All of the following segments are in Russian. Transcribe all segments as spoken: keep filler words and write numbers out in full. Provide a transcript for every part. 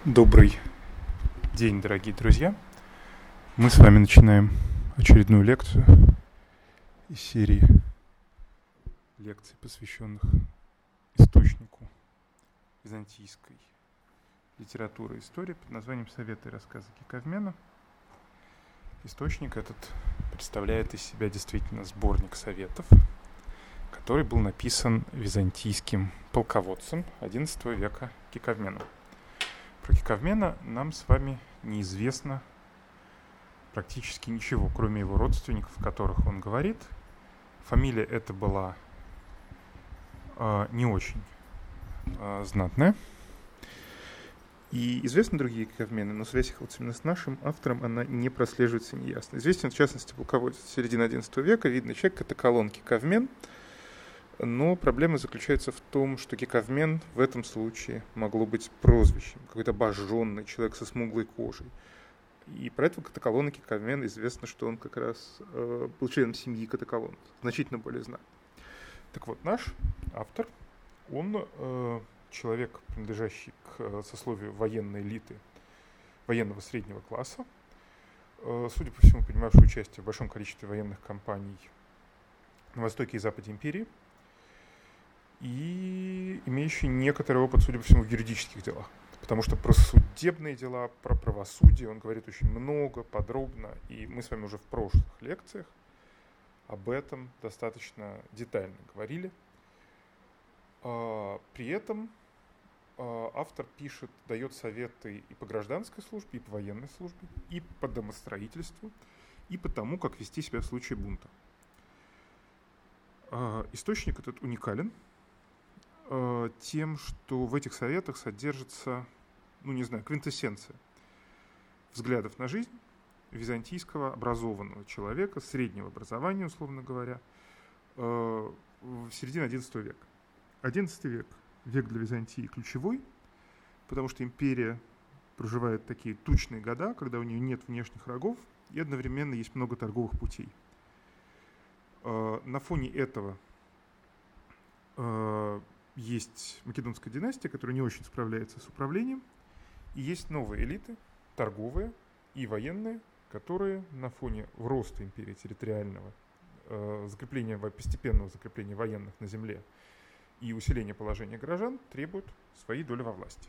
Добрый день, дорогие друзья. Мы с вами начинаем очередную лекцию из серии лекций, посвященных источнику византийской литературы и истории под названием «Советы и рассказы Кекавмена». Источник этот представляет из себя действительно сборник советов, который был написан византийским полководцем одиннадцатого века Кекавменом. Про Кекавмена нам с вами неизвестно практически ничего, кроме его родственников, о которых он говорит. Фамилия эта была э, не очень э, знатная. И известны другие Кекавмены, но связь их вот именно с нашим автором, она не прослеживается неясно. Известен, в частности, полководец середины одиннадцатого века, видный человек, это Калон Кекавмен. Но проблема заключается в том, что Кекавмен в этом случае могло быть прозвищем. Какой-то обожженный человек со смуглой кожей. И про этого Катакалона Кекавмен известно, что он как раз э, был членом семьи Катакалонов, значительно более знатный. Так вот, наш автор, он э, человек, принадлежащий к сословию военной элиты, военного среднего класса, э, судя по всему, принимавший участие в большом количестве военных кампаний на востоке и западе империи, и имеющий некоторый опыт, судя по всему, в юридических делах. Потому что про судебные дела, про правосудие он говорит очень много, подробно, и мы с вами уже в прошлых лекциях об этом достаточно детально говорили. При этом автор пишет, дает советы и по гражданской службе, и по военной службе, и по домостроительству, и по тому, как вести себя в случае бунта. Источник этот уникален тем, что в этих советах содержится, ну не знаю, квинтэссенция взглядов на жизнь византийского образованного человека, среднего образования, условно говоря, в середине одиннадцатого века. одиннадцатый век, век для Византии ключевой, потому что империя проживает такие тучные года, когда у нее нет внешних врагов, и одновременно есть много торговых путей. На фоне этого есть Македонская династия, которая не очень справляется с управлением, и есть новые элиты, торговые и военные, которые на фоне роста империи территориального, закрепления, постепенного закрепления военных на земле и усиления положения горожан требуют своей доли во власти.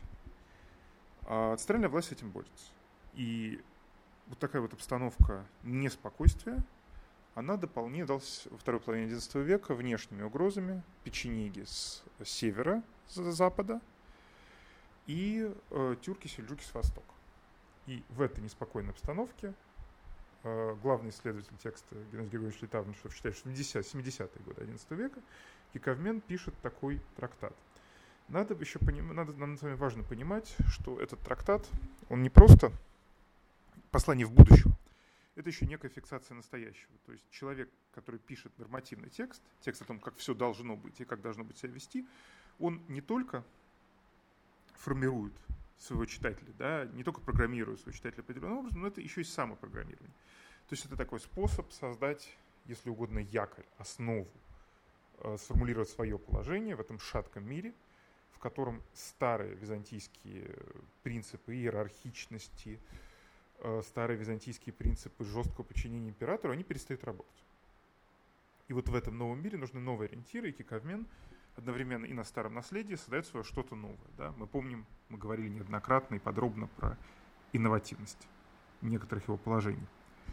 А центральная власть с этим борется. И вот такая вот обстановка неспокойствия, она дополнялась во второй половине одиннадцатого века внешними угрозами печенеги с севера, с запада, и э, тюрки-сельджуки с востока. И в этой неспокойной обстановке э, главный исследователь текста Геннадий Григорьевич Литавнышев считает, что в семидесятые годы одиннадцатого века Кекавмен пишет такой трактат. Надо еще поним... Надо, нам с вами важно понимать, что этот трактат, он не просто послание в будущее, это еще некая фиксация настоящего. То есть человек, который пишет нормативный текст, текст о том, как все должно быть и как должно быть себя вести, он не только формирует своего читателя, да, не только программирует своего читателя определенным образом, но это еще и самопрограммирование. То есть это такой способ создать, если угодно, якорь, основу, э, сформулировать свое положение в этом шатком мире, в котором старые византийские принципы иерархичности, старые византийские принципы жесткого подчинения императору, они перестают работать. И вот в этом новом мире нужны новые ориентиры, и Кекавмен одновременно и на старом наследии создает свое что-то новое. Да? Мы помним, мы говорили неоднократно и подробно про инновативность некоторых его положений.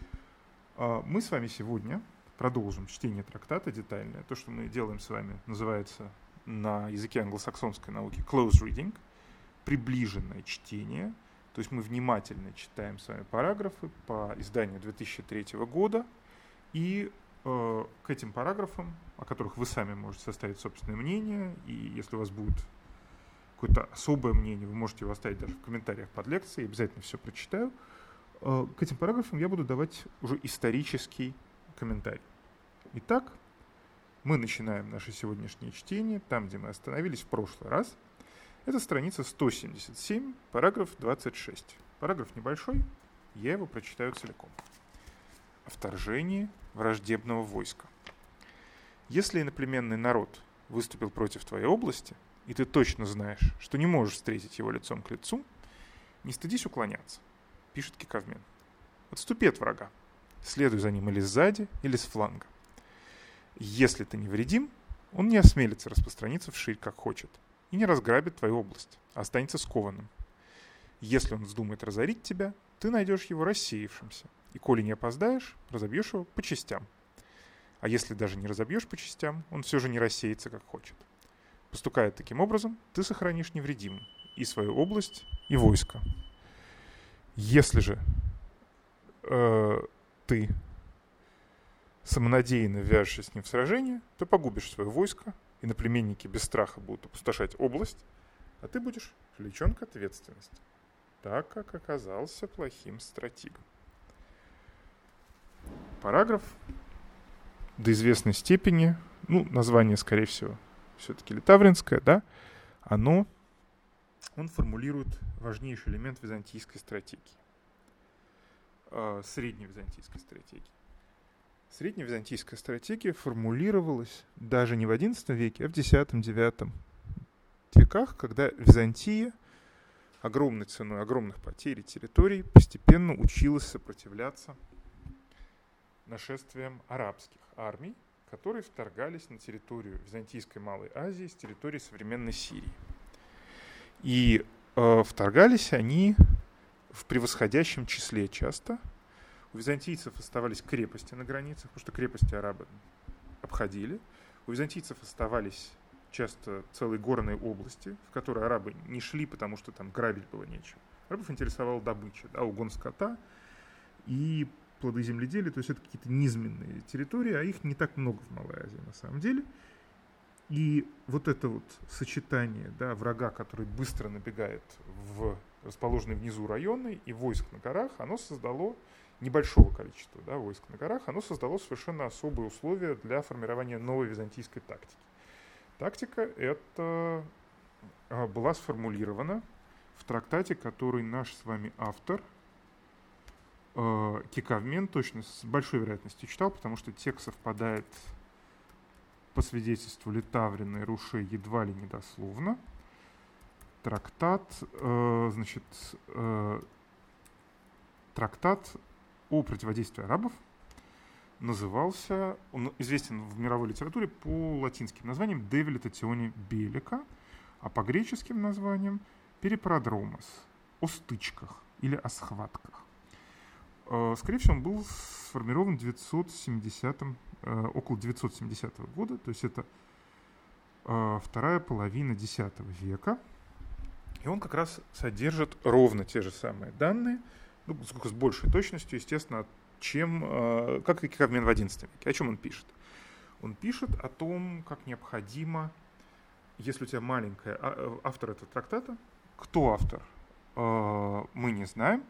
Мы с вами сегодня продолжим чтение трактата детальное. То, что мы делаем с вами, называется на языке англосаксонской науки close reading, приближенное чтение. То есть мы внимательно читаем с вами параграфы по изданию две тысячи третьего года, и э, к этим параграфам, о которых вы сами можете составить собственное мнение, и если у вас будет какое-то особое мнение, вы можете его оставить даже в комментариях под лекцией, я обязательно все прочитаю, э, к этим параграфам я буду давать уже исторический комментарий. Итак, мы начинаем наше сегодняшнее чтение там, где мы остановились в прошлый раз. Это страница сто семьдесят семь, параграф двадцать шесть. Параграф небольшой, я его прочитаю целиком. О вторжении враждебного войска. Если иноплеменный народ выступил против твоей области, и ты точно знаешь, что не можешь встретить его лицом к лицу, Не стыдись уклоняться, пишет Кекавмен. Отступи от врага. Следуй за ним или сзади, или с фланга. Если ты невредим, он не осмелится распространиться вширь, как хочет, и не разграбит твою область, а останется скованным. Если он вздумает разорить тебя, ты найдешь его рассеявшимся, и, коли не опоздаешь, разобьешь его по частям. А если даже не разобьешь по частям, он все же не рассеется, как хочет. Поступая таким образом, ты сохранишь невредимым и свою область, и войско. Если же э, ты самонадеянно ввяжешься с ним в сражение, то погубишь свое войско, и наплеменники без страха будут опустошать область, а ты будешь привлечен к ответственности, так как оказался плохим стратегом. Параграф до известной степени, ну, название, скорее всего, все-таки литавринское, да, оно, он формулирует важнейший элемент византийской стратегии, э, средней византийской стратегии. Средневизантийская стратегия формулировалась даже не в одиннадцатом веке, а в десятом-девятом веках, когда Византия огромной ценой огромных потерь и территорий постепенно училась сопротивляться нашествиям арабских армий, которые вторгались на территорию Византийской Малой Азии с территории современной Сирии. И э, вторгались они в превосходящем числе часто. У византийцев оставались крепости на границах, потому что крепости арабы обходили. У византийцев оставались часто целые горные области, в которые арабы не шли, потому что там грабить было нечего. Арабов интересовала добыча, да, угон скота и плоды земледелия, то есть это какие-то низменные территории, а их не так много в Малой Азии на самом деле. И вот это вот сочетание, да, врага, который быстро набегает в расположенные внизу районы, и войск на горах, оно создало небольшого количества, да, войск на горах, оно создало совершенно особые условия для формирования новой византийской тактики. Тактика эта была сформулирована в трактате, который наш с вами автор Кекавмен точно с большой вероятностью читал, потому что текст совпадает по свидетельству Литаврина и Руше едва ли не дословно. Трактат, значит, трактат о противодействии арабов назывался, он известен в мировой литературе по латинским названиям «De Velitatione Bellica», а по греческим названиям «Перепродромос», о стычках или о схватках. Скорее всего, он был сформирован в девятьсот семидесятом, около девятьсот семидесятого года, то есть это вторая половина десятого века. И он как раз содержит ровно те же самые данные, ну, с большей точностью, естественно, чем, как и Кекавмен в одиннадцатом веке. О чем он пишет? Он пишет о том, как необходимо, если у тебя маленькая... Автор этого трактата, кто автор, мы не знаем.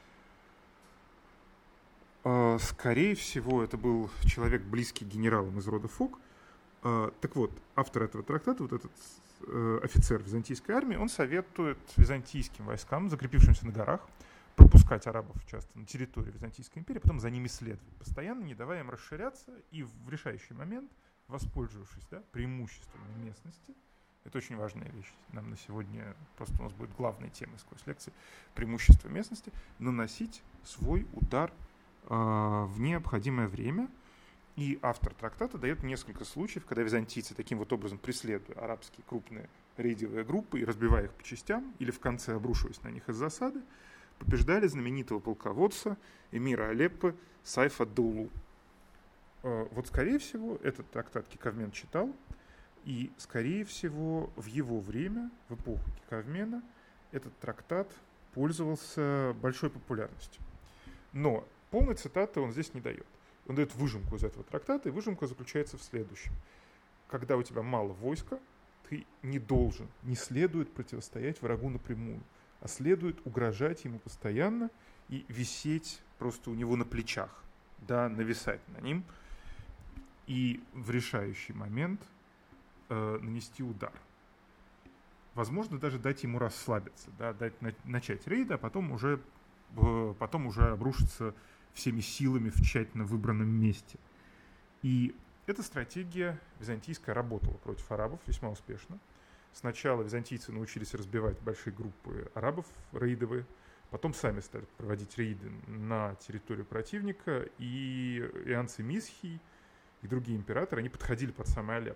Скорее всего, это был человек, близкий генералам из рода Фок. Так вот, автор этого трактата, вот этот офицер византийской армии, он советует византийским войскам, закрепившимся на горах, пропускать арабов часто на территорию Византийской империи, потом за ними следовать, постоянно не давая им расширяться, и в решающий момент, воспользовавшись, да, преимуществами местности, это очень важная вещь, нам на сегодня просто у нас будет главной темой сквозь лекции, преимущество местности, наносить свой удар э, в необходимое время. И автор трактата дает несколько случаев, когда византийцы таким вот образом, преследуя арабские крупные рейдовые группы и разбивая их по частям, или в конце обрушиваясь на них из засады, побеждали знаменитого полководца эмира Алеппо Сайф ад-Доулу. Вот, скорее всего, этот трактат Кекавмен читал, и, скорее всего, в его время, в эпоху Кекавмена, этот трактат пользовался большой популярностью. Но полной цитаты он здесь не дает. Он дает выжимку из этого трактата, и выжимка заключается в следующем. Когда у тебя мало войска, ты не должен, не следует противостоять врагу напрямую, а следует угрожать ему постоянно и висеть просто у него на плечах, да, нависать на ним, и в решающий момент э, нанести удар. Возможно, даже дать ему расслабиться, да, дать на, начать рейд, а потом уже, э, потом уже обрушиться всеми силами в тщательно выбранном месте. И эта стратегия византийская работала против арабов весьма успешно. Сначала византийцы научились разбивать большие группы арабов рейдовые, потом сами стали проводить рейды на территорию противника, и Иоанн Семисхий и другие императоры, они подходили под самый Алеппо.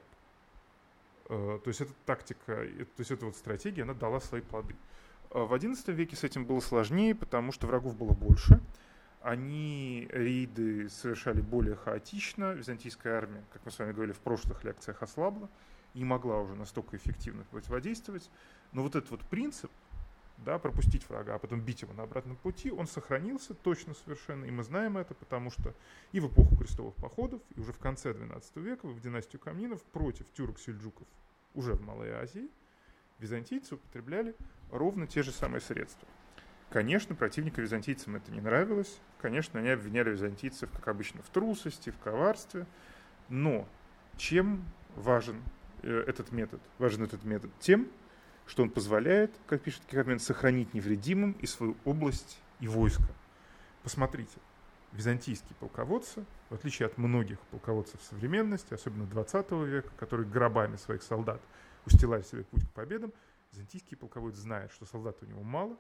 То есть эта тактика, то есть эта вот стратегия, она дала свои плоды. В одиннадцатом веке с этим было сложнее, потому что врагов было больше. Они рейды совершали более хаотично. Византийская армия, как мы с вами говорили в прошлых лекциях, ослабла, не могла уже настолько эффективно противодействовать. Но вот этот вот принцип, да, пропустить врага, а потом бить его на обратном пути, он сохранился точно совершенно. И мы знаем это, потому что и в эпоху крестовых походов, и уже в конце двенадцатого века, в династию Комнинов, против тюрок-сельджуков уже в Малой Азии, византийцы употребляли ровно те же самые средства. Конечно, противникам византийцам это не нравилось. Конечно, они обвиняли византийцев, как обычно, в трусости, в коварстве. Но чем важен э, этот метод? Важен этот метод тем, что он позволяет, как пишет Кикавмен, сохранить невредимым и свою область, и войско. Посмотрите, византийские полководцы, в отличие от многих полководцев современности, особенно двадцатого века, которые гробами своих солдат устилали себе путь к победам, византийский полководец знает, что солдат у него мало,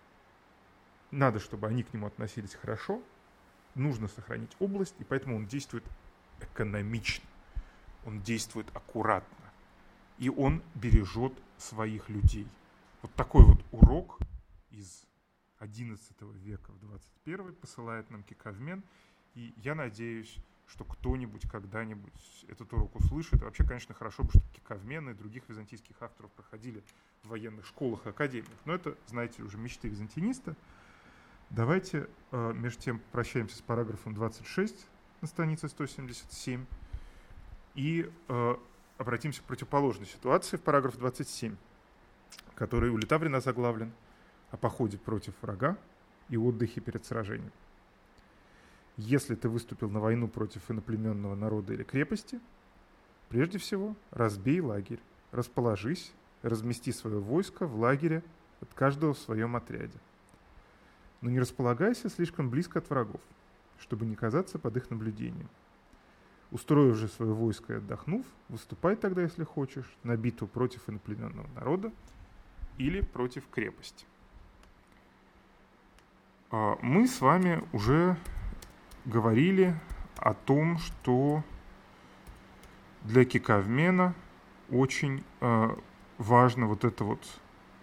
надо, чтобы они к нему относились хорошо, нужно сохранить область, и поэтому он действует экономично, он действует аккуратно, и он бережет своих людей. Вот такой вот урок из одиннадцатого века в двадцать первый посылает нам Кикавмен, и я надеюсь, что кто-нибудь когда-нибудь этот урок услышит. И вообще, конечно, хорошо бы, чтобы Кикавмен и других византийских авторов проходили в военных школах и академиях. Но это, знаете, уже мечты византиниста. Давайте э, между тем прощаемся с параграфом двадцать шесть на странице сто семьдесят семь и э, обратимся к противоположной ситуации в параграф двадцать семь, который у Литаврина заглавлен «О походе против врага и отдыхе перед сражением». Если ты выступил на войну против иноплеменного народа или крепости, прежде всего разбей лагерь, расположись, размести свое войско в лагере от каждого в своем отряде. Но не располагайся слишком близко от врагов, чтобы не казаться под их наблюдением. Устроив же свое войско и отдохнув, выступай тогда, если хочешь, на битву против иноплеменного народа или против крепости. Мы с вами уже говорили о том, что для Кикавмена очень э, важно вот это вот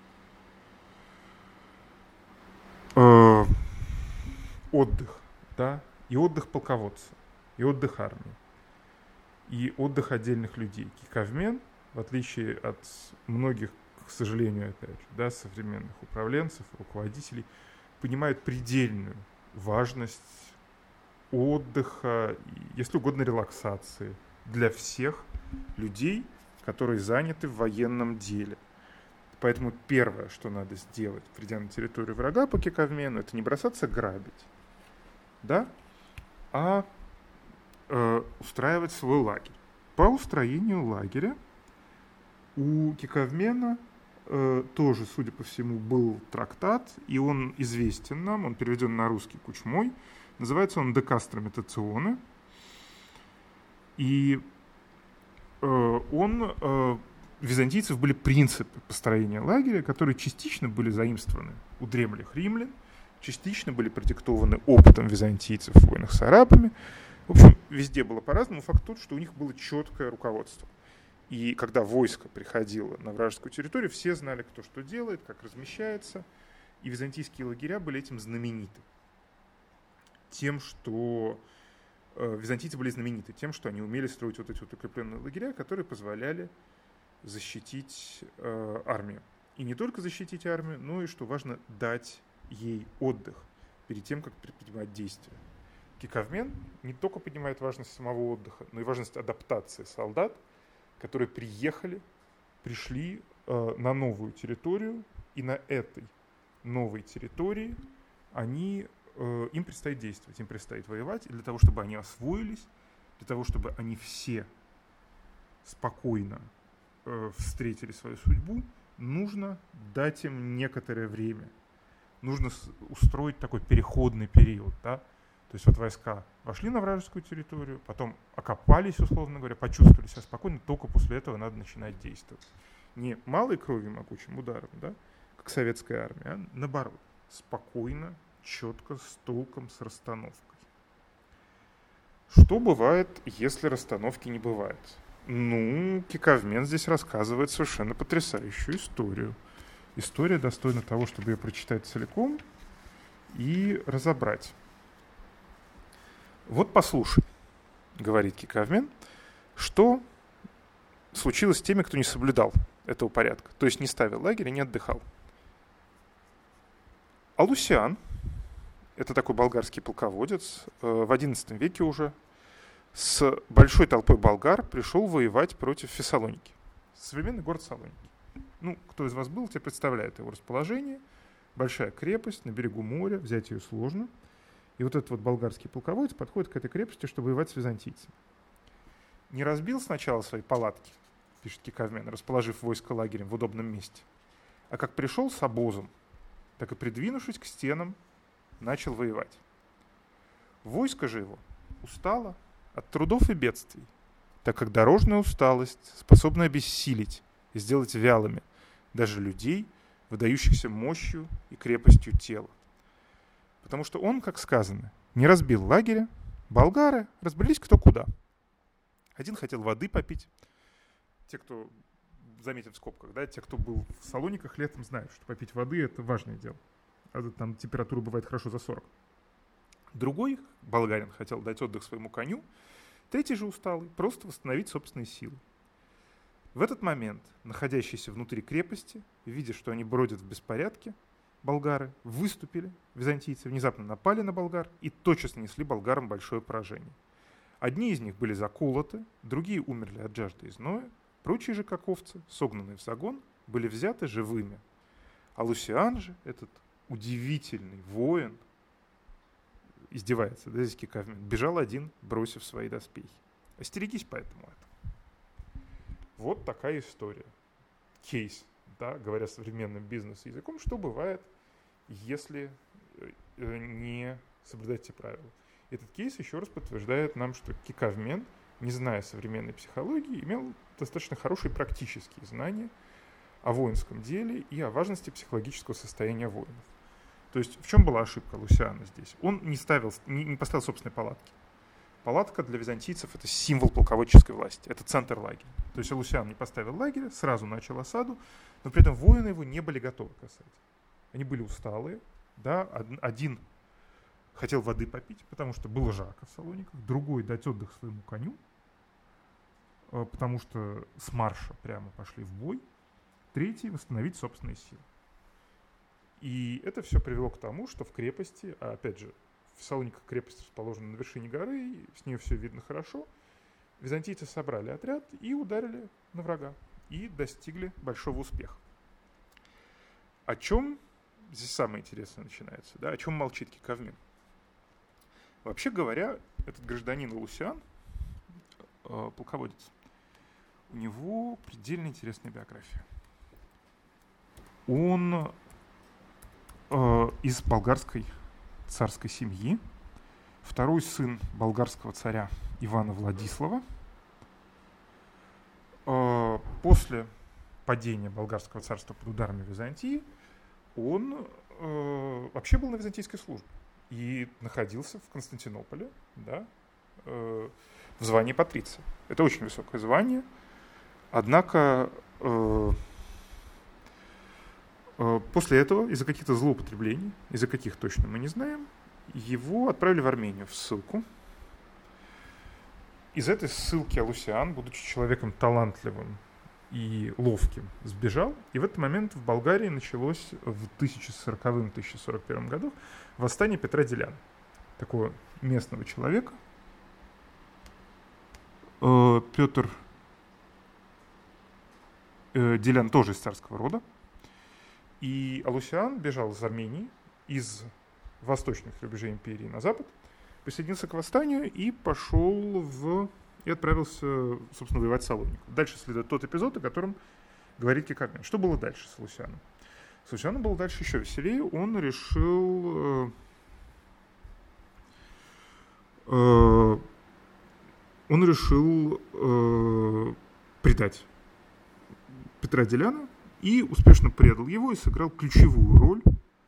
э, отдых, да, и отдых полководца, и отдых армии, и отдых отдельных людей. Кикавмен, в отличие от многих, к сожалению, опять же, да, современных управленцев, руководителей, понимает предельную важность отдыха, если угодно, релаксации для всех людей, которые заняты в военном деле. Поэтому первое, что надо сделать, придя на территорию врага по Кикавмену, это не бросаться грабить, да, а э, устраивать свой лагерь. По устроению лагеря у Кикавмена э, тоже, судя по всему, был трактат, и он известен нам, он переведен на русский Кучмой. Называется он «De Castra Metatione». И э, он, э, у византийцев были принципы построения лагеря, которые частично были заимствованы у древних римлян, частично были продиктованы опытом византийцев в войнах с арабами. В общем, везде было по-разному. Факт тот, что у них было четкое руководство. И когда войско приходило на вражескую территорию, все знали, кто что делает, как размещается. И византийские лагеря были этим знамениты. Тем, что э, византийцы были знамениты тем, что они умели строить вот эти вот укрепленные лагеря, которые позволяли защитить э, армию. И не только защитить армию, но и, что важно, дать ей отдых перед тем, как предпринимать действия. Кикавмен не только поднимает важность самого отдыха, но и важность адаптации солдат, которые приехали, пришли э, на новую территорию, и на этой новой территории они им предстоит действовать, им предстоит воевать, и для того, чтобы они освоились, для того, чтобы они все спокойно э, встретили свою судьбу, нужно дать им некоторое время. Нужно с- устроить такой переходный период, да? То есть вот войска вошли на вражескую территорию, потом окопались, условно говоря, почувствовали себя спокойно, только после этого надо начинать действовать. Не малой кровью могучим ударом, да, как советская армия, а наоборот, спокойно, четко, с толком, с расстановкой. Что бывает, если расстановки не бывает? Ну, Кекавмен здесь рассказывает совершенно потрясающую историю. История достойна того, чтобы ее прочитать целиком и разобрать. Вот послушай, говорит Кекавмен, что случилось с теми, кто не соблюдал этого порядка, то есть не ставил лагерь и не отдыхал. Алусиан, это такой болгарский полководец, в одиннадцатом веке уже с большой толпой болгар пришел воевать против Фессалоники, современный город Салоники. Ну, кто из вас был, те представляют его расположение. Большая крепость на берегу моря, взять ее сложно. И вот этот вот болгарский полководец подходит к этой крепости, чтобы воевать с византийцами. Не разбил сначала свои палатки, пишет Кекавмен, расположив войско лагерем в удобном месте, а как пришел с обозом, так и придвинувшись к стенам, начал воевать. Войско же его устало от трудов и бедствий, так как дорожная усталость способна обессилить и сделать вялыми даже людей, выдающихся мощью и крепостью тела. Потому что он, как сказано, не разбил лагеря, болгары разбрелись кто куда. Один хотел воды попить. Те, кто, заметен в скобках, да, те, кто был в Салониках летом, знают, что попить воды – это важное дело. А там температура бывает хорошо за сорок. Другой болгарин хотел дать отдых своему коню. Третий же усталый, просто восстановить собственные силы. В этот момент, находящиеся внутри крепости, видя, что они бродят в беспорядке, болгары выступили, византийцы внезапно напали на болгар и тотчас нанесли болгарам большое поражение. Одни из них были заколоты, другие умерли от жажды и зноя, прочие же, как овцы, согнанные в загон, были взяты живыми. А Лусиан же, этот удивительный воин, издевается, да, здесь Кекавмен, бежал один, бросив свои доспехи. Остерегись поэтому этого. Вот такая история. Кейс, да, говоря современным бизнес-языком, что бывает, если не соблюдать эти правила. Этот кейс еще раз подтверждает нам, что Кекавмен, не зная современной психологии, имел достаточно хорошие практические знания о воинском деле и о важности психологического состояния воинов. То есть в чем была ошибка Лусиана здесь? Он не, ставил, не, не поставил собственной палатки. Палатка для византийцев – это символ полководческой власти, это центр лагеря. То есть Лусиан не поставил лагеря, сразу начал осаду, но при этом воины его не были готовы к осаде. Они были усталые, да, один хотел воды попить, потому что было жарко в Салониках, другой дать отдых своему коню, потому что с марша прямо пошли в бой, третий восстановить собственные силы. И это все привело к тому, что в крепости, а опять же, в Салониках крепость расположена на вершине горы, и с нее все видно хорошо, византийцы собрали отряд и ударили на врага, и достигли большого успеха. О чем здесь самое интересное начинается, да, о чем молчит Кекавмен? Вообще говоря, этот гражданин Лусиан, э, полководец, у него предельно интересная биография. Он э, из болгарской царской семьи, второй сын болгарского царя Ивана Владислава. Э, после падения болгарского царства под ударами Византии он э, вообще был на византийской службе и находился в Константинополе, да, э, в звании патриция. Это очень высокое звание, однако э, э, после этого из-за каких-то злоупотреблений, из-за каких точно мы не знаем, его отправили в Армению в ссылку. Из этой ссылки Алусиан, будучи человеком талантливым и ловким, сбежал. И в этот момент в Болгарии началось в тысяча сороковом — тысяча сорок первом годах восстание Петра Деляна, такого местного человека. Э, Петр э, Делян тоже из царского рода. И Алусиан бежал из Армении, из восточных рубежей империи на запад, присоединился к восстанию и пошел в... и отправился, собственно, воевать в Салонику. Дальше следует тот эпизод, о котором говорит Кекавмен. Что было дальше с Лусианом? С Лусианом было дальше еще веселее. Он решил... Э, э, он решил э, предать Петра Деляна и успешно предал его и сыграл ключевую роль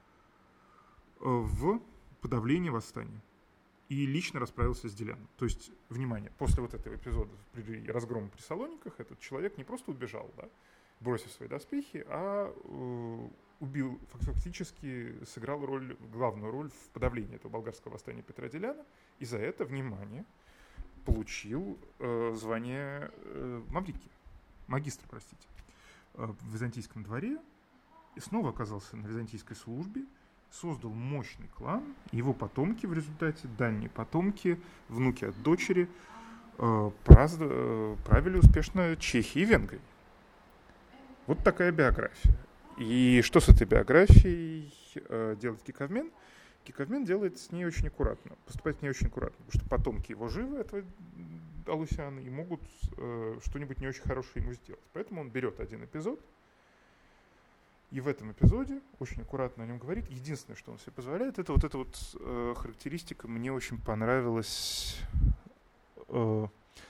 в подавлении восстания. И лично расправился с Деляном. То есть, внимание, после вот этого эпизода при разгроме при Салониках этот человек не просто убежал, да, бросив свои доспехи, а э, убил, фактически сыграл роль, главную роль в подавлении этого болгарского восстания Петра Деляна, и за это, внимание, получил э, звание э, маврики, магистра, простите, э, в византийском дворе, и снова оказался на византийской службе, создал мощный клан, его потомки в результате, дальние потомки, внуки от дочери, э, праз, э, правили успешно Чехией и Венгрией. Вот такая биография. И что с этой биографией э, делает Киковмен? Киковмен делает с ней очень аккуратно, поступает с ней очень аккуратно, потому что потомки его живы, этого Алусиана, и могут э, что-нибудь не очень хорошее ему сделать. Поэтому он берет один эпизод, и в этом эпизоде очень аккуратно о нем говорит. Единственное, что он себе позволяет, это вот эта вот э, характеристика. Мне очень понравилась э,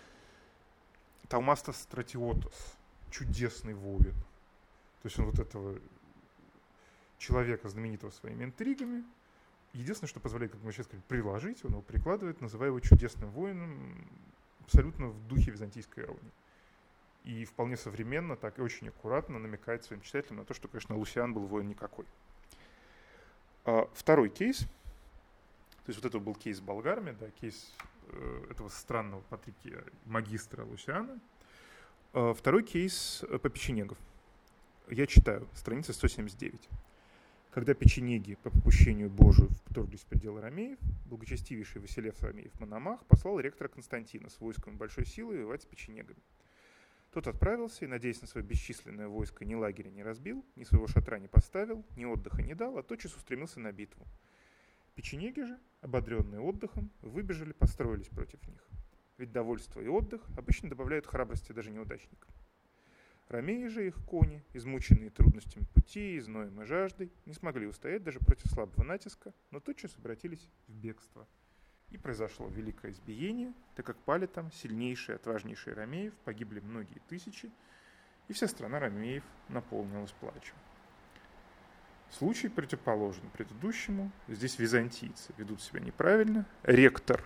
Таумастас Стратиотос, чудесный воин. То есть он вот этого человека, знаменитого своими интригами, единственное, что позволяет, как мы сейчас сказали, приложить, он его прикладывает, называя его чудесным воином, абсолютно в духе византийской иронии. И вполне современно, так и очень аккуратно намекает своим читателям на то, что, конечно, Лусиан был воин никакой. А второй кейс, то есть вот это был кейс с болгарами, да, кейс э, этого странного патрикия магистра Лусиана. А второй кейс по печенегов. Я читаю, страница сто семьдесят девять. Когда печенеги по попущению Божию вторглись в пределы ромеев, благочестивейший Василев Ромеев Мономах послал ректора Константина с войском большой силы воевать с печенегами. Тот отправился и, надеясь на свое бесчисленное войско, ни лагеря не разбил, ни своего шатра не поставил, ни отдыха не дал, а тотчас устремился на битву. Печенеги же, ободренные отдыхом, выбежали, построились против них. Ведь довольство и отдых обычно добавляют храбрости даже неудачникам. Ромеи же их кони, измученные трудностями пути, зноем и жаждой, не смогли устоять даже против слабого натиска, но тотчас обратились в бегство. И произошло великое избиение, так как пали там сильнейшие, отважнейшие ромеев, погибли многие тысячи, и вся страна ромеев наполнилась плачем. Случай противоположен предыдущему. Здесь византийцы ведут себя неправильно. Ректор,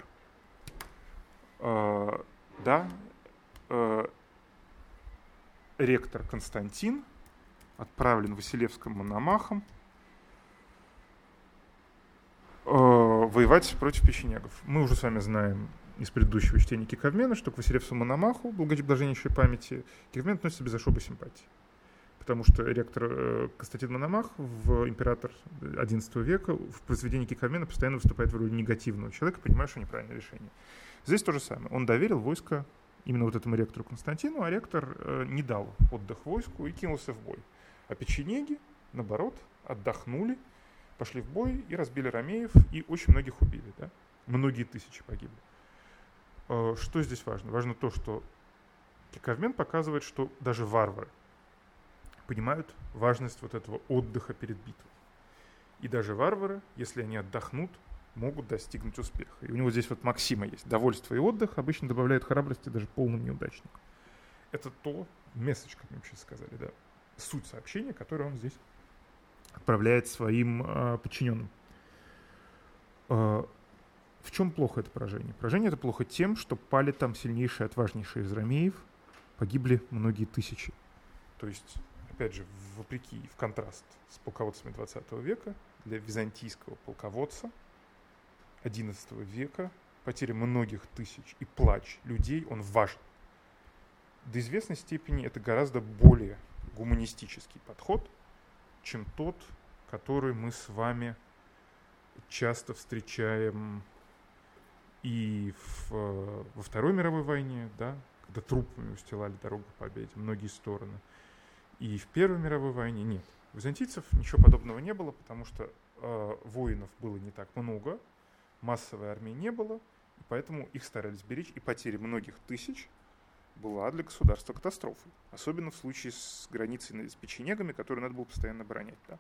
э, да, э, ректор Константин отправлен Василевским Мономахом воевать против печенегов. Мы уже с вами знаем из предыдущего чтения Киковмена, что к Василевсу Мономаху, благоблаженнейшей памяти, Киковмен относится без особой симпатии. Потому что ректор Константин Мономах, в император одиннадцатого века, в произведении Киковмена постоянно выступает в роли негативного человека, понимая, что неправильное решение. Здесь то же самое. Он доверил войско именно вот этому ректору Константину, а ректор не дал отдых войску и кинулся в бой. А печенеги, наоборот, отдохнули, пошли в бой и разбили ромеев, и очень многих убили. Да? Многие тысячи погибли. Что здесь важно? Важно то, что Киковмен показывает, что даже варвары понимают важность вот этого отдыха перед битвой. И даже варвары, если они отдохнут, могут достигнуть успеха. И у него здесь вот максима есть. Довольство и отдых обычно добавляют храбрости даже полным неудачникам. Это то, месседж, как мы сейчас сказали, да, суть сообщения, которое он здесь отправляет своим э, подчиненным. Э, в чем плохо это поражение? Поражение это плохо тем, что пали там сильнейшие, отважнейшие из ромеев, погибли многие тысячи. То есть, опять же, вопреки, в контраст с полководцами двадцатого века, для византийского полководца одиннадцатого века потеря многих тысяч и плач людей, он важен. До известной степени это гораздо более гуманистический подход, чем тот, который мы с вами часто встречаем и в, во Второй мировой войне, да, когда трупами устилали дорогу к победе многие стороны, и в Первой мировой войне нет. У византийцев ничего подобного не было, потому что э, воинов было не так много, массовой армии не было, и поэтому их старались беречь, и потери многих тысяч была для государства катастрофой. Особенно в случае с границей с печенегами, которую надо было постоянно оборонять. Да?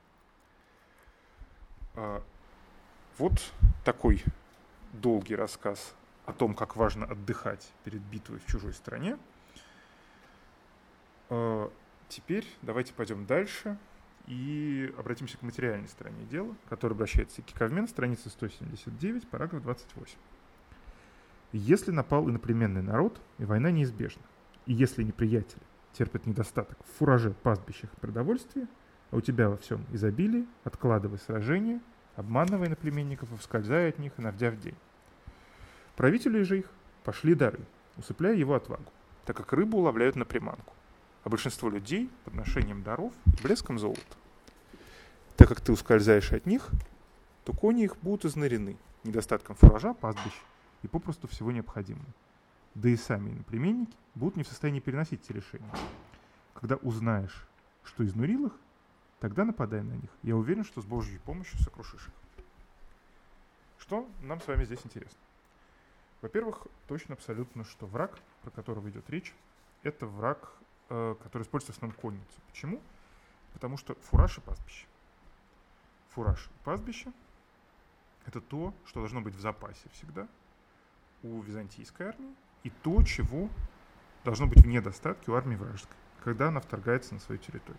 А, вот такой долгий рассказ о том, как важно отдыхать перед битвой в чужой стране. А, Теперь давайте пойдем дальше и обратимся к материальной стороне дела, которая обращается к Кекавмен, страница сто семьдесят девять, параграф двадцать восемь. Если напал иноплеменный народ, и война неизбежна, и если неприятели терпят недостаток в фураже, пастбищах и продовольствии, а у тебя во всем изобилии, откладывай сражения, обманывая иноплеменников и вскользая от них и навдя в день. Правителю же их пошли дары, усыпляя его отвагу, так как рыбу уловляют на приманку, а большинство людей — подношением даров и блеском золота. Так как ты ускользаешь от них, то кони их будут изнурены недостатком фуража, пастбищ и попросту всего необходимого. Да и сами иноплеменники будут не в состоянии переносить эти лишения. Когда узнаешь, что изнурил их, тогда нападай на них. Я уверен, что с Божьей помощью сокрушишь их. Что нам с вами здесь интересно? Во-первых, точно абсолютно, что враг, про которого идет речь, это враг, э, который используется в основном конницу. Почему? Потому что фураж и пастбище. Фураж и пастбище — это то, что должно быть в запасе всегда у византийской армии, и то, чего должно быть в недостатке у армии вражеской, когда она вторгается на свою территорию.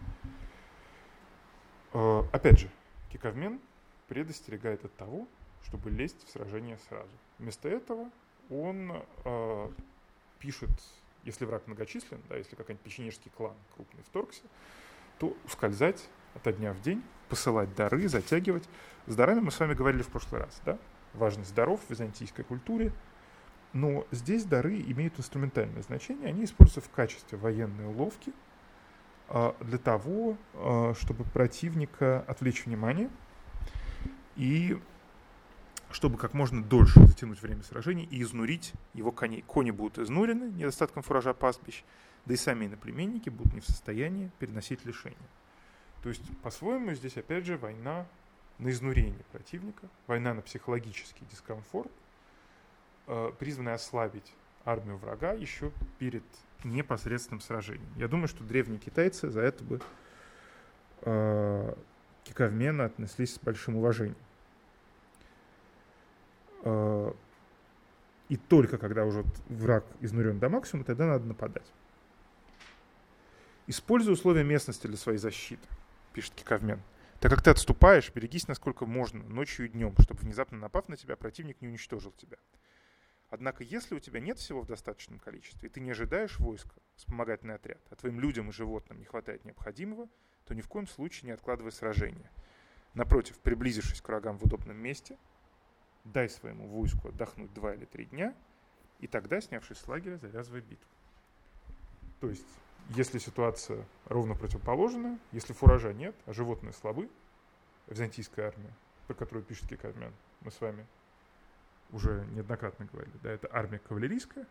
Э, опять же, Кекавмен предостерегает от того, чтобы лезть в сражение сразу. Вместо этого он э, пишет, если враг многочислен, да, если какой-нибудь печенежский клан крупный вторгся, то ускользать ото дня в день, посылать дары, затягивать. С дарами мы с вами говорили в прошлый раз, да? Важность даров в византийской культуре. Но здесь дары имеют инструментальное значение, они используются в качестве военной уловки э, для того, э, чтобы противника отвлечь внимание и чтобы как можно дольше затянуть время сражений и изнурить его коней. Кони будут изнурены недостатком фуража, пастбищ, да и сами иноплеменники будут не в состоянии переносить лишения. То есть, по-своему, здесь опять же война на изнурение противника, война на психологический дискомфорт, э, призванная ослабить армию врага еще перед непосредственным сражением. Я думаю, что древние китайцы за это бы э, к Кекавмену отнеслись с большим уважением. И только когда уже враг изнурен до максимума, тогда надо нападать. «Используй условия местности для своей защиты», пишет Кекавмен. «Так как ты отступаешь, берегись насколько можно, ночью и днем, чтобы, внезапно напав на тебя, противник не уничтожил тебя. Однако, если у тебя нет всего в достаточном количестве, и ты не ожидаешь войска, вспомогательный отряд, а твоим людям и животным не хватает необходимого, то ни в коем случае не откладывай сражения. Напротив, приблизившись к врагам в удобном месте, дай своему войску отдохнуть два или три дня, и тогда, снявшись с лагеря, завязывай битву». То есть, если ситуация ровно противоположная, если фуража нет, а животные слабы, византийская армия, про которую пишет Кекавмен, мы с вами уже неоднократно говорили, да, это армия кавалерийская,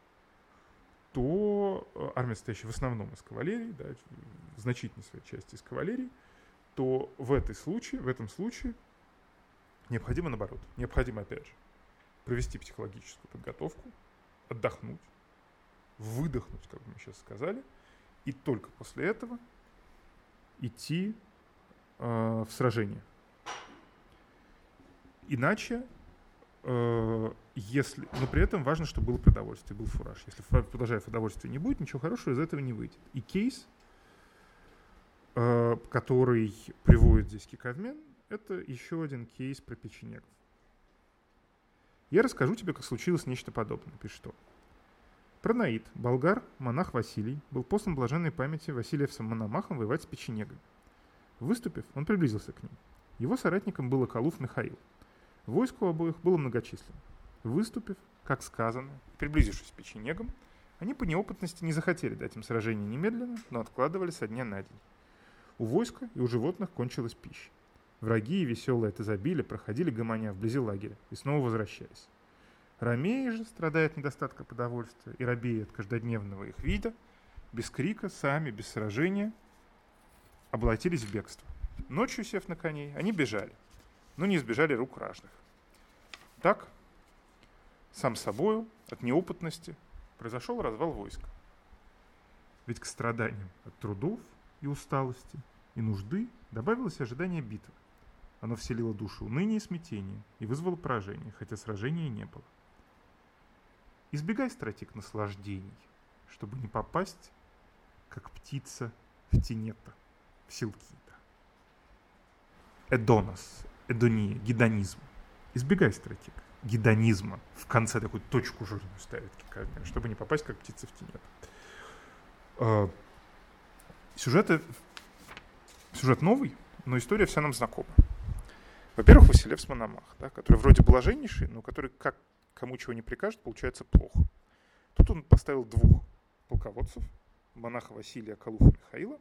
то армия, состоящая в основном из кавалерии, да, в значительной своей части из кавалерии, то в, этой случае, в этом случае необходимо, наоборот, необходимо, опять же, провести психологическую подготовку, отдохнуть, выдохнуть, как мы сейчас сказали, и только после этого идти э, в сражение. Иначе, э, если, но при этом важно, чтобы было продовольствие, был фураж. Если продолжая продовольствия не будет, ничего хорошего из этого не выйдет. И кейс, э, который приводит здесь Кекавмен, это еще один кейс про печенегов. «Я расскажу тебе, как случилось нечто подобное», пишет он. Пранаид, болгар, монах Василий, был послан блаженной памяти Василиевсом Мономахом воевать с печенегами. Выступив, он приблизился к ним. Его соратником был Акалуф Михаил. Войско у обоих было многочисленно. Выступив, как сказано, приблизившись к печенегам, они по неопытности не захотели дать им сражение немедленно, но откладывали со дня на день. У войска и у животных кончилась пища. Враги и веселые от изобилия проходили гомоня вблизи лагеря и снова возвращались. Ромеи же, страдая от недостатка продовольствия и робея от каждодневного их вида, без крика, сами, без сражения, обратились в бегство. Ночью, сев на коней, они бежали, но не избежали рук ражных. Так, сам собою, от неопытности, произошел развал войска. Ведь к страданиям от трудов и усталости и нужды добавилось ожидание битвы. Оно вселило душу уныния и смятения и вызвало поражение, хотя сражения не было. Избегай, стратег, наслаждений, чтобы не попасть как птица в тенета, в селкита. Эдонос, эдония, гедонизм. Избегай стратег. Гедонизма. В конце такую точку жирную ставит Кикавмян, чтобы не попасть как птица в тенета. Сюжеты, сюжет новый, но история вся нам знакома. Во-первых, Василевс Мономах, да, который вроде блаженнейший, но который, как кому чего не прикажет, получается плохо. Тут он поставил двух полководцев, монаха Василия, Калуфа Михаила.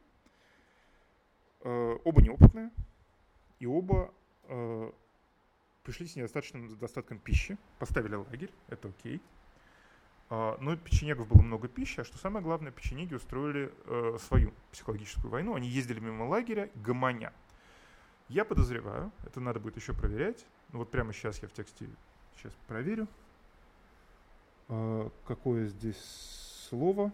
Э, оба неопытные, и оба э, пришли с недостаточным достатком пищи, поставили лагерь, это окей. Э, но печенегов было много пищи, а что самое главное, печенеги устроили э, свою психологическую войну. Они ездили мимо лагеря, гомоня. Я подозреваю, это надо будет еще проверять, но вот прямо сейчас я в тексте сейчас проверю, э, какое здесь слово.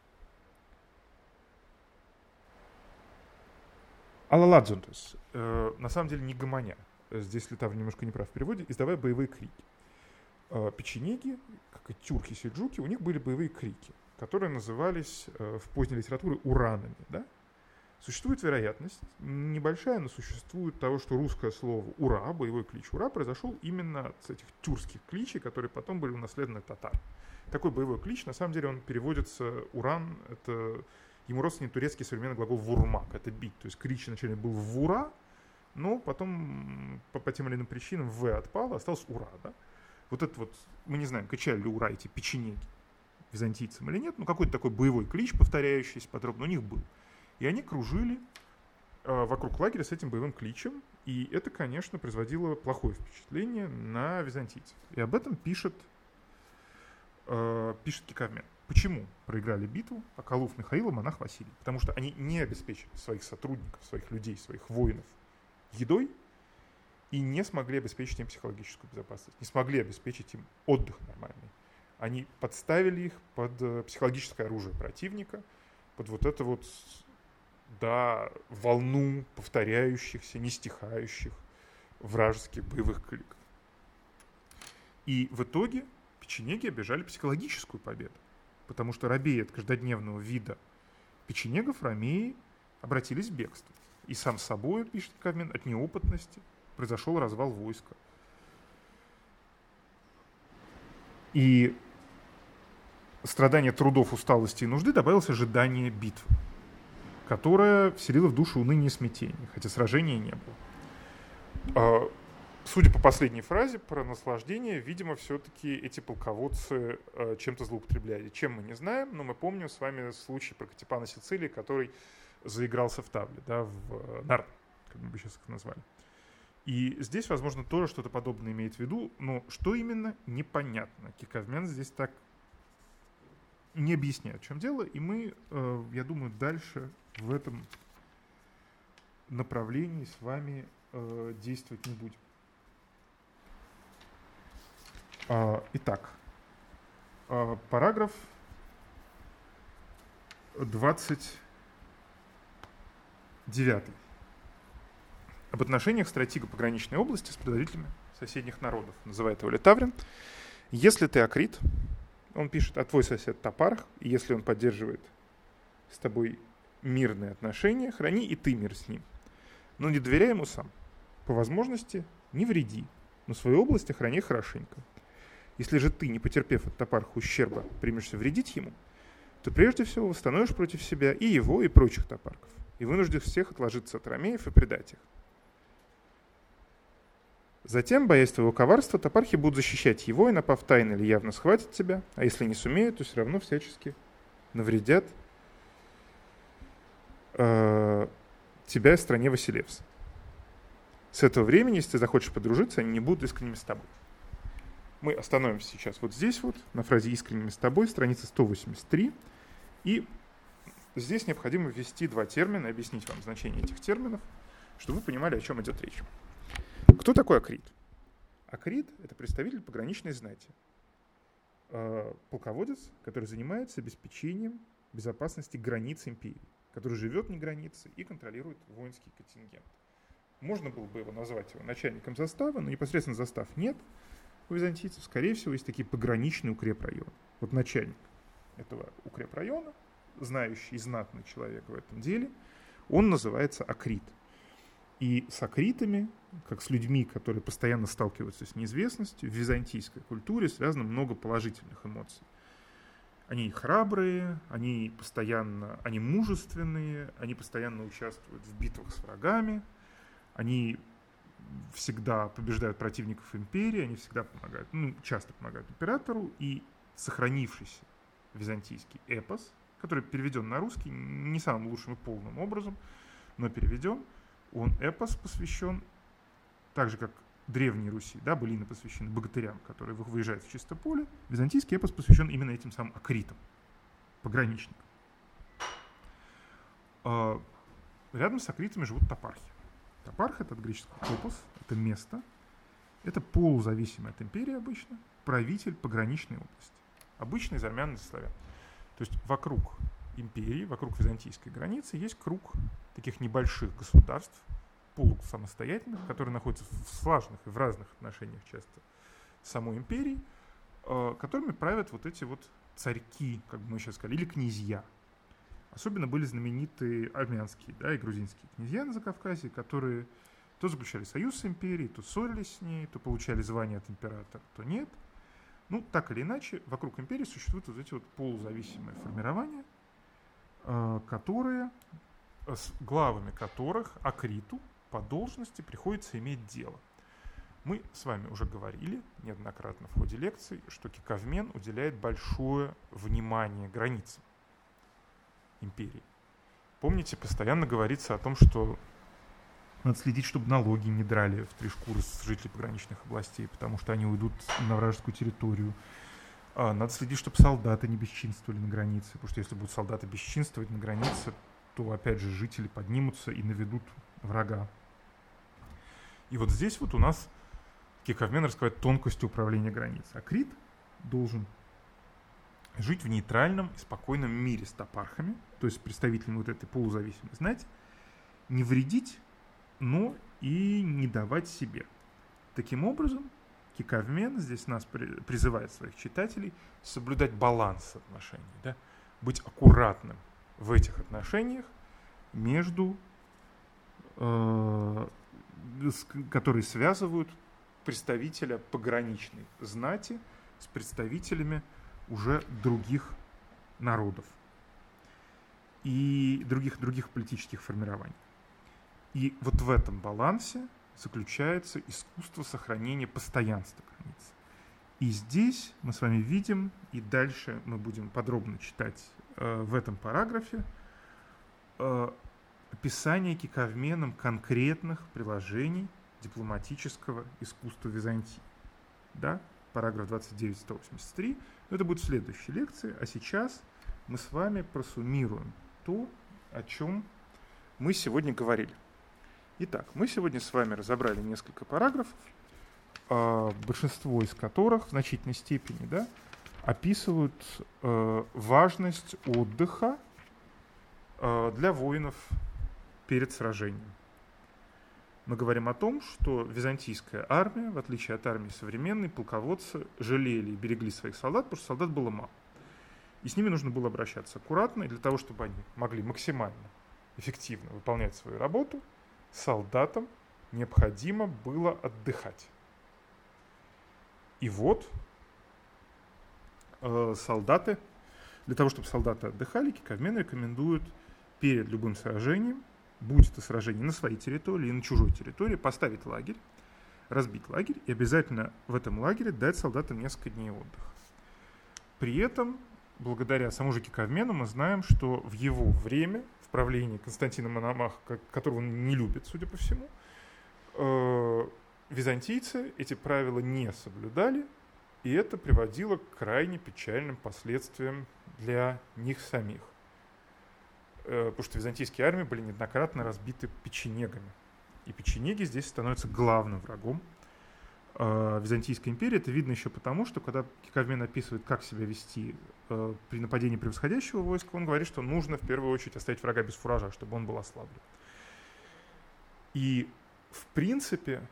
Алаладзунтус. Э, на самом деле не гомоня. Здесь Литавр немножко не прав в переводе. Издавая боевые крики. Э, печенеги, как и тюрки-сельджуки, у них были боевые крики, которые назывались э, в поздней литературе уранами. Да? Существует вероятность, небольшая, но существует того, что русское слово «ура», боевой клич «ура», произошел именно от этих тюркских кличей, которые потом были унаследованы татар. Такой боевой клич, на самом деле, он переводится «уран», это ему родственный турецкий современный глагол «вурмак», это «бить». То есть клич вначале был «вура», но потом по, по тем или иным причинам «в» отпало, осталось «ура». Да? Вот это вот, мы не знаем, качали ли «ура» эти печенеги византийцам или нет, но какой-то такой боевой клич, повторяющийся подробно, у них был. И они кружили э, вокруг лагеря с этим боевым кличем, и это, конечно, производило плохое впечатление на византийцев. И об этом пишет, э, пишет Кикавмян. Почему проиграли битву Калуф Михаил и монах Василий? Потому что они не обеспечили своих сотрудников, своих людей, своих воинов едой и не смогли обеспечить им психологическую безопасность, не смогли обеспечить им отдых нормальный. Они подставили их под психологическое оружие противника, под вот это вот... да, волну повторяющихся, не стихающих вражеских боевых кликов. И в итоге печенеги обижали психологическую победу, потому что робея от каждодневного вида печенегов, ромеи обратились в бегство. И сам собой, пишет Кикавмян, от неопытности произошел развал войска. И страдание трудов, усталости и нужды добавилось ожидание битвы, которая вселила в душу уныние и смятение, хотя сражения не было. Судя по последней фразе про наслаждение, видимо, все-таки эти полководцы чем-то злоупотребляли. Чем мы не знаем, но мы помним с вами случай про Катипана Сицилии, который заигрался в табле, да, в нар, как мы бы сейчас их назвали. И здесь, возможно, тоже что-то подобное имеет в виду, но что именно, непонятно. Кикавмян здесь так не объясняет, в чем дело, и мы, я думаю, дальше в этом направлении с вами э, действовать не будем. А, итак, а, параграф двадцать девятый. Об отношениях стратега пограничной области с предводителями соседних народов. Называет его Литаврин. Если ты акрит, он пишет, а твой сосед топарх, и если он поддерживает с тобой мирные отношения, храни и ты мир с ним. Но не доверяй ему сам. По возможности не вреди, но свою область охрани хорошенько. Если же ты, не потерпев от топарха ущерба, примешься вредить ему, то прежде всего восстановишь против себя и его, и прочих топарков, и вынуждешь всех отложиться от ромеев и предать их. Затем, боясь твоего коварства, топархи будут защищать его, и, напав тайно или явно, схватят тебя, а если не сумеют, то все равно всячески навредят э, тебя в стране Василевса. С этого времени, если ты захочешь подружиться, они не будут искренними с тобой. Мы остановимся сейчас вот здесь вот, на фразе «искренними с тобой», страница сто восемьдесят три, и здесь необходимо ввести два термина, объяснить вам значение этих терминов, чтобы вы понимали, о чем идет речь. Кто такой акрит? Акрит — это представитель пограничной знати. Полководец, который занимается обеспечением безопасности границ империи, который живет вне границы и контролирует воинский контингент. Можно было бы его назвать его начальником застава, но непосредственно застав нет у византийцев. Скорее всего, есть такие пограничные укрепрайоны. Вот начальник этого укрепрайона знающий и знатный человек в этом деле, он называется акрит. И с акритами, как с людьми, которые постоянно сталкиваются с неизвестностью, в византийской культуре связано много положительных эмоций. Они храбрые, они постоянно, они мужественные, они постоянно участвуют в битвах с врагами, они всегда побеждают противников империи, они всегда помогают, ну, часто помогают императору, и сохранившийся византийский эпос, который переведен на русский не самым лучшим и полным образом, но переведен, он эпос посвящен, так же как Древней Руси, да, былины посвящены богатырям, которые выезжают в чистое поле, византийский эпос посвящен именно этим самым акритам, пограничникам. А рядом с акритами живут топархи. Топарх — это от греческого топос, это место, это полузависимый от империи обычно, правитель пограничной области, обычно из армян и славян. То есть вокруг империи, вокруг византийской границы есть круг таких небольших государств, полусамостоятельных, которые находятся в слаженных и в разных отношениях часто с самой империей, которыми правят вот эти вот царьки, как бы мы сейчас сказали, или князья. Особенно были знаменитые армянские, да, и грузинские князья на Закавказье, которые то заключали союз с империей, то ссорились с ней, то получали звание от императора, то нет. Ну, так или иначе, вокруг империи существуют вот эти вот полузависимые формирования, которые, с главами которых акриту по должности приходится иметь дело. Мы с вами уже говорили неоднократно в ходе лекций, что Кекавмен уделяет большое внимание границам империи. Помните, постоянно говорится о том, что надо следить, чтобы налоги не драли в три шкуры с жителей пограничных областей, потому что они уйдут на вражескую территорию. Надо следить, чтобы солдаты не бесчинствовали на границе, потому что если будут солдаты бесчинствовать на границе, то, опять же, жители поднимутся и наведут врага. И вот здесь вот у нас Кекавмен раскрывает тонкости управления границей. Акрит должен жить в нейтральном и спокойном мире с топархами, то есть с представителями вот этой полузависимой знати, не вредить, но и не давать себе. Таким образом, Кекавмен здесь нас призывает своих читателей соблюдать баланс отношений, да? Быть аккуратным в этих отношениях между, э, с, которые связывают представителя пограничной знати с представителями уже других народов и других, других политических формирований. И вот в этом балансе заключается искусство сохранения постоянства границ. И здесь мы с вами видим, и дальше мы будем подробно читать э, в этом параграфе, э, описание Кекавменом конкретных приложений дипломатического искусства Византии. Да? Параграф двадцать девять сто восемьдесят три. Это будет в следующей лекции, а сейчас мы с вами просуммируем то, о чем мы сегодня говорили. Итак, мы сегодня с вами разобрали несколько параграфов, большинство из которых в значительной степени, да, описывают важность отдыха для воинов перед сражением. Мы говорим о том, что византийская армия, в отличие от армии современной, полководцы жалели и берегли своих солдат, потому что солдат было мало. И с ними нужно было обращаться аккуратно, и для того, чтобы они могли максимально эффективно выполнять свою работу, солдатам необходимо было отдыхать. И вот э, солдаты, для того, чтобы солдаты отдыхали, Кекавмен рекомендует перед любым сражением, будь это сражение на своей территории или на чужой территории, поставить лагерь, разбить лагерь и обязательно в этом лагере дать солдатам несколько дней отдыха. При этом, благодаря самому же Кекавмену, мы знаем, что в его время, в правлении Константина Мономаха, которого он не любит, судя по всему, э, византийцы эти правила не соблюдали, и это приводило к крайне печальным последствиям для них самих. Потому что византийские армии были неоднократно разбиты печенегами. И печенеги здесь становятся главным врагом Византийской империи. Это видно еще потому, что когда Кекавмен описывает, как себя вести при нападении превосходящего войска, он говорит, что нужно в первую очередь оставить врага без фуража, чтобы он был ослаблен. И в принципе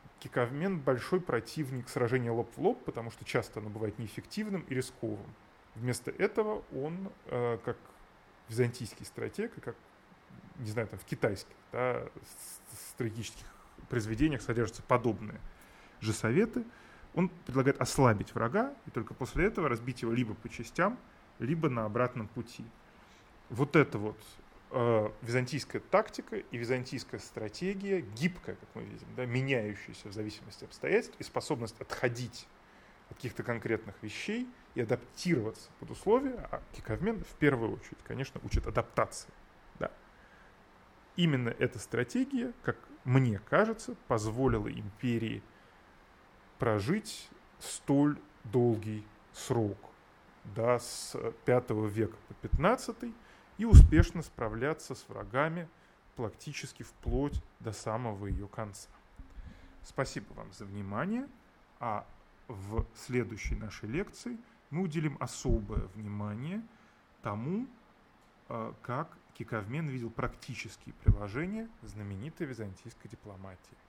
Кекавмен большой противник сражения лоб в лоб, потому что часто оно бывает неэффективным и рисковым. Вместо этого он, э, как византийский стратег, и как, не знаю, там в китайских, да, стратегических произведениях содержатся подобные же советы, он предлагает ослабить врага и только после этого разбить его либо по частям, либо на обратном пути. Вот это вот э, византийская тактика и византийская стратегия, гибкая, как мы видим, да, меняющаяся в зависимости от обстоятельств, и способность отходить от каких-то конкретных вещей и адаптироваться под условия, а Кикавмен в первую очередь, конечно, учит адаптации. Да. Именно эта стратегия, как мне кажется, позволила империи прожить столь долгий срок, да, с пятого века по пятнадцатый, и успешно справляться с врагами практически вплоть до самого ее конца. Спасибо вам за внимание, а в следующей нашей лекции мы уделим особое внимание тому, как Кикавмен видел практические приложения знаменитой византийской дипломатии.